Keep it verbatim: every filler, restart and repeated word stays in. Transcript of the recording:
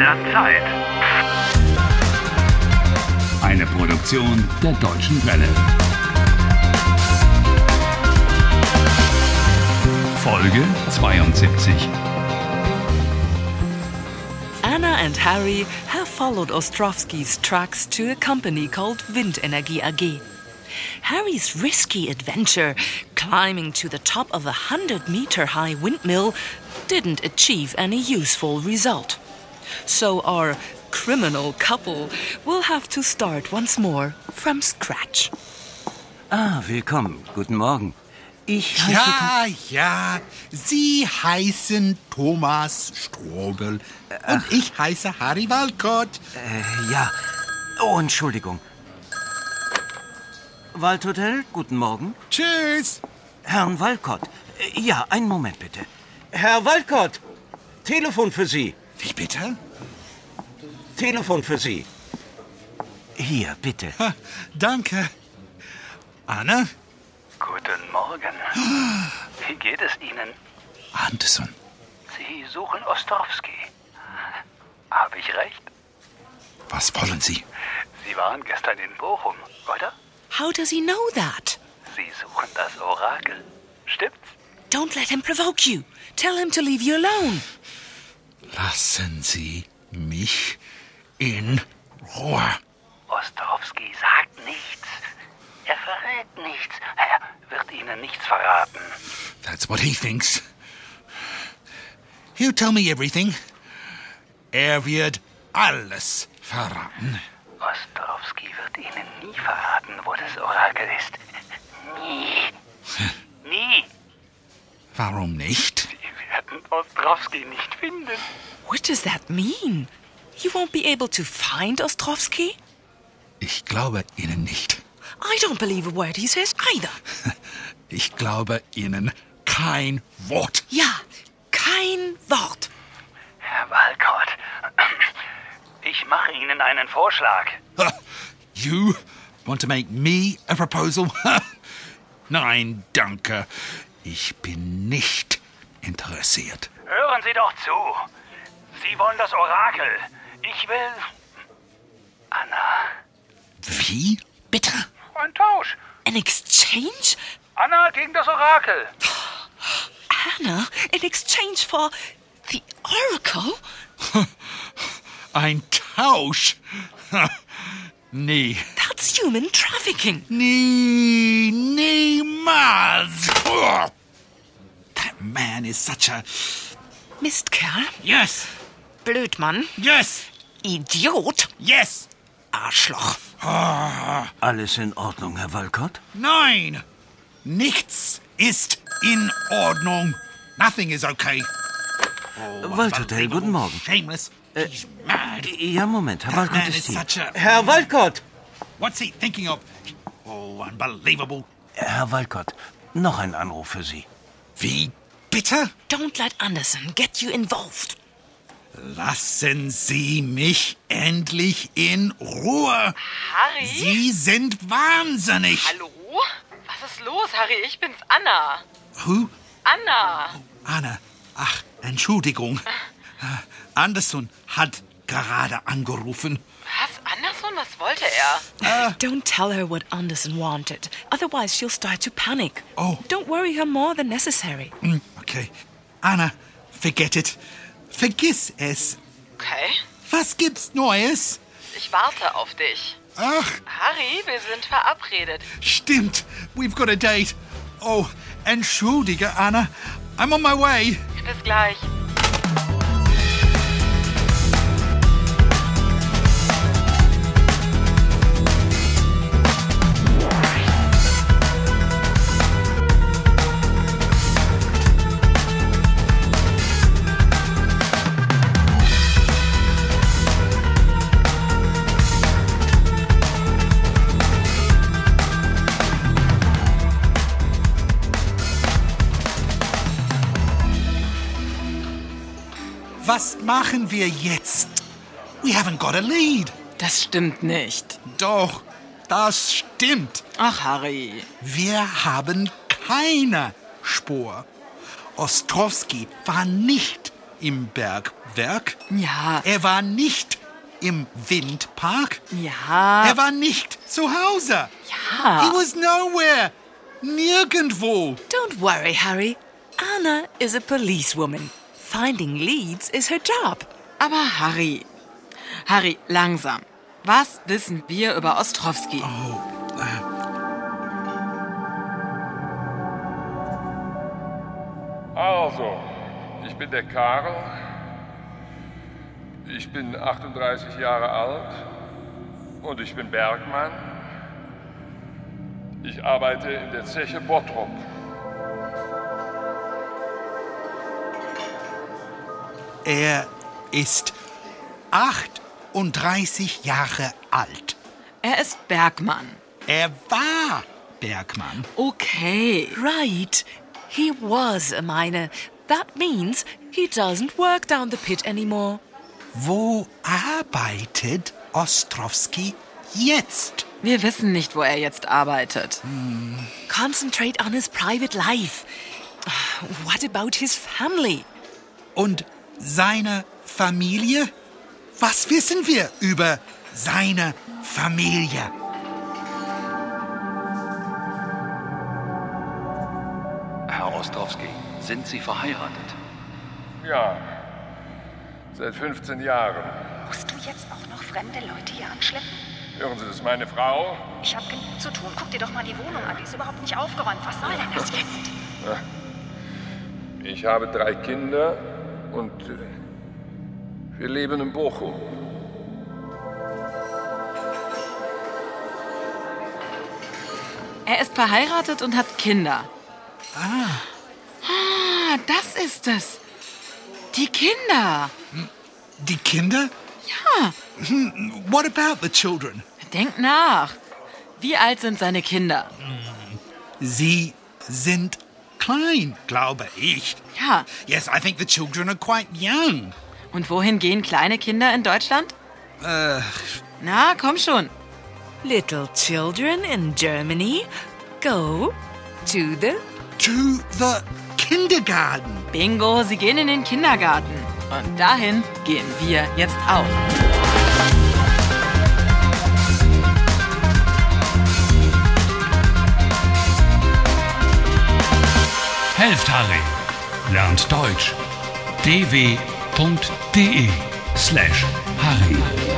der Zeit. Eine Produktion der Deutschen Welle. Folge zweiundsiebzig. Anna and Harry have followed Ostrovsky's tracks to a company called Windenergie A G. Harry's risky adventure, climbing to the top of a hundred-meter-high windmill, didn't achieve any useful result. So our criminal couple will have to start once more from scratch. Ah, willkommen. Guten Morgen. Ich heiße... Ja, ja, Sie heißen Thomas Strobel und ich heiße Harry Walcott. Äh, ja. Oh, Entschuldigung. Waldhotel, guten Morgen. Tschüss. Herrn Walcott. Äh, ja, einen Moment bitte. Herr Walcott, Telefon für Sie. Wie bitte? Telefon für Sie. Hier, bitte. Ha, danke. Anna? Guten Morgen. Wie geht es Ihnen? Anderson. Sie suchen Ostrowski. Habe ich recht? Was wollen Sie? Sie waren gestern in Bochum, oder? How does he know that? Sie suchen das Orakel. Stimmt's? Don't let him provoke you. Tell him to leave you alone. Lassen Sie mich in Ruhe. Ostrowski sagt nichts. Er verrät nichts. Er wird Ihnen nichts verraten. That's what he thinks. He'll tell me everything. Er wird alles verraten. Ostrowski wird Ihnen nie verraten, wo das Orakel ist. Nie. Nie. Warum nicht? Sie werden Ostrowski nicht finden. What does that mean? You won't be able to find Ostrovsky? Ich glaube Ihnen nicht. I don't believe a word he says either. Ich glaube Ihnen kein Wort. Ja, kein Wort. Herr Walcott, ich mache Ihnen einen Vorschlag. You want to make me a proposal? Nein, danke. Ich bin nicht interessiert. Hören Sie doch zu. Sie wollen das Orakel. Ich will... Anna. Wie? Bitte? Ein Tausch. An exchange? Anna gegen das Orakel. Anna in exchange for the Oracle? Ein Tausch? Nee. That's human trafficking. Nie, niemals. That man is such a... Mistkerl. Yes, Blödmann. yes, Idiot. yes. Arschloch. Alles in Ordnung, Herr Walcott? Nein, nichts ist in Ordnung. Nothing is okay. Oh, Waldhotel, guten Morgen. Shameless. He's mad. Ja, Moment, Herr That Walcott man ist is hier. such a... Herr Walcott! What's he thinking of? Oh, unbelievable. Herr Walcott, noch ein Anruf für Sie. Wie bitte? Don't let Anderson get you involved. Lassen Sie mich endlich in Ruhe. Harry? Sie sind wahnsinnig. Hallo? Was ist los, Harry? Ich bin's, Anna. Who? Anna. Anna. Ach, Entschuldigung. Anderson hat gerade angerufen. Was? Anderson? Was wollte er? Don't tell her what Anderson wanted. Otherwise she'll start to panic. Oh. Don't worry her more than necessary. Hm, okay. Anna, forget it. Vergiss es. Okay. Was gibt's Neues? Ich warte auf dich. Ach, Harry, wir sind verabredet. stimmt. We've got a date. Oh, entschuldige, Anna. I'm on my way. Bis gleich. Was machen wir jetzt? We haven't got a lead. Das stimmt nicht. Doch, das stimmt. Ach, Harry. Wir haben keine Spur. Ostrowski war nicht im Bergwerk. Ja. Er war nicht im Windpark. Ja. Er war nicht zu Hause. Ja. He was nowhere. Nirgendwo. Don't worry, Harry. Anna is a policewoman. Finding leads is her job. Aber Harry, Harry, langsam. Was wissen wir über Ostrowski? Also, ich bin der Karl. Ich bin achtunddreißig Jahre alt und ich bin Bergmann. Ich arbeite in der Zeche Bottrop. Er ist achtunddreißig Jahre alt. Er ist Bergmann. Er war Bergmann. Okay. Right. He was a miner. That means he doesn't work down the pit anymore. Wo arbeitet Ostrowski jetzt? Wir wissen nicht, wo er jetzt arbeitet. Concentrate on his private life. What about his family? Und seine Familie? Was wissen wir über seine Familie? Herr Ostrowski, sind Sie verheiratet? Ja, seit fünfzehn Jahren. Musst du jetzt auch noch fremde Leute hier anschleppen? Hören Sie, das ist meine Frau. Ich habe genug zu tun. Guck dir doch mal die Wohnung an. Die ist überhaupt nicht aufgeräumt. Was soll denn das jetzt? Ich habe drei Kinder und äh, wir leben in Bochum. Er ist verheiratet und hat Kinder. Ah. Ah, das ist es. Die Kinder. Die Kinder? Ja. What about the children? Denk nach. Wie alt sind seine Kinder? Sie sind klein, glaube ich. Ja. Yes, I think the children are quite young. Und wohin gehen kleine Kinder in Deutschland? Äh, Na, komm schon. Little children in Germany go to the... to the kindergarten. Bingo, sie gehen in den Kindergarten. Und dahin gehen wir jetzt auch. Helft Harry. Lernt Deutsch. dw.de slash Harry.